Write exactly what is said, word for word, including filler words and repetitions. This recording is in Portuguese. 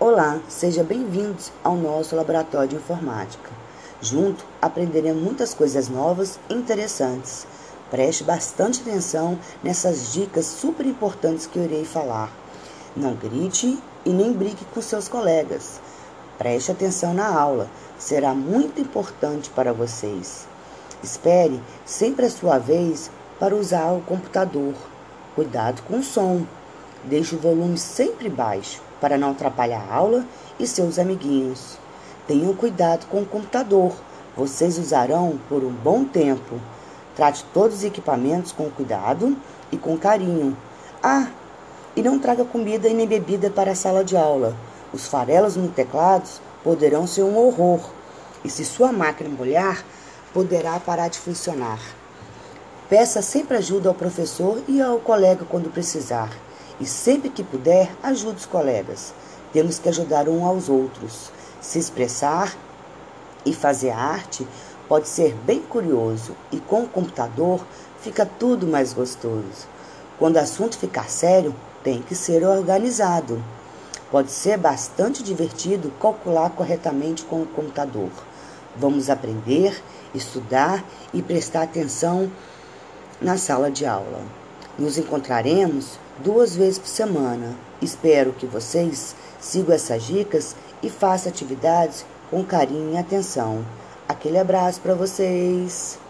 Olá, sejam bem-vindos ao nosso laboratório de informática. Junto, aprenderemos muitas coisas novas e interessantes. Preste bastante atenção nessas dicas super importantes que eu irei falar. Não grite e nem brigue com seus colegas. Preste atenção na aula, será muito importante para vocês. Espere sempre a sua vez para usar o computador. Cuidado com o som. Deixe o volume sempre baixo para não atrapalhar a aula e seus amiguinhos. Tenham cuidado com o computador. Vocês usarão por um bom tempo. Trate todos os equipamentos com cuidado e com carinho. Ah, e não traga comida e nem bebida para a sala de aula. Os farelos nos teclados poderão ser um horror. E se sua máquina molhar, poderá parar de funcionar. Peça sempre ajuda ao professor e ao colega quando precisar. E sempre que puder, ajude os colegas. Temos que ajudar uns aos outros. Se expressar e fazer arte pode ser bem curioso e com o computador fica tudo mais gostoso. Quando o assunto ficar sério, tem que ser organizado. Pode ser bastante divertido calcular corretamente com o computador. Vamos aprender, estudar e prestar atenção na sala de aula. Nos encontraremos duas vezes por semana. Espero que vocês sigam essas dicas e façam atividades com carinho e atenção. Aquele abraço para vocês!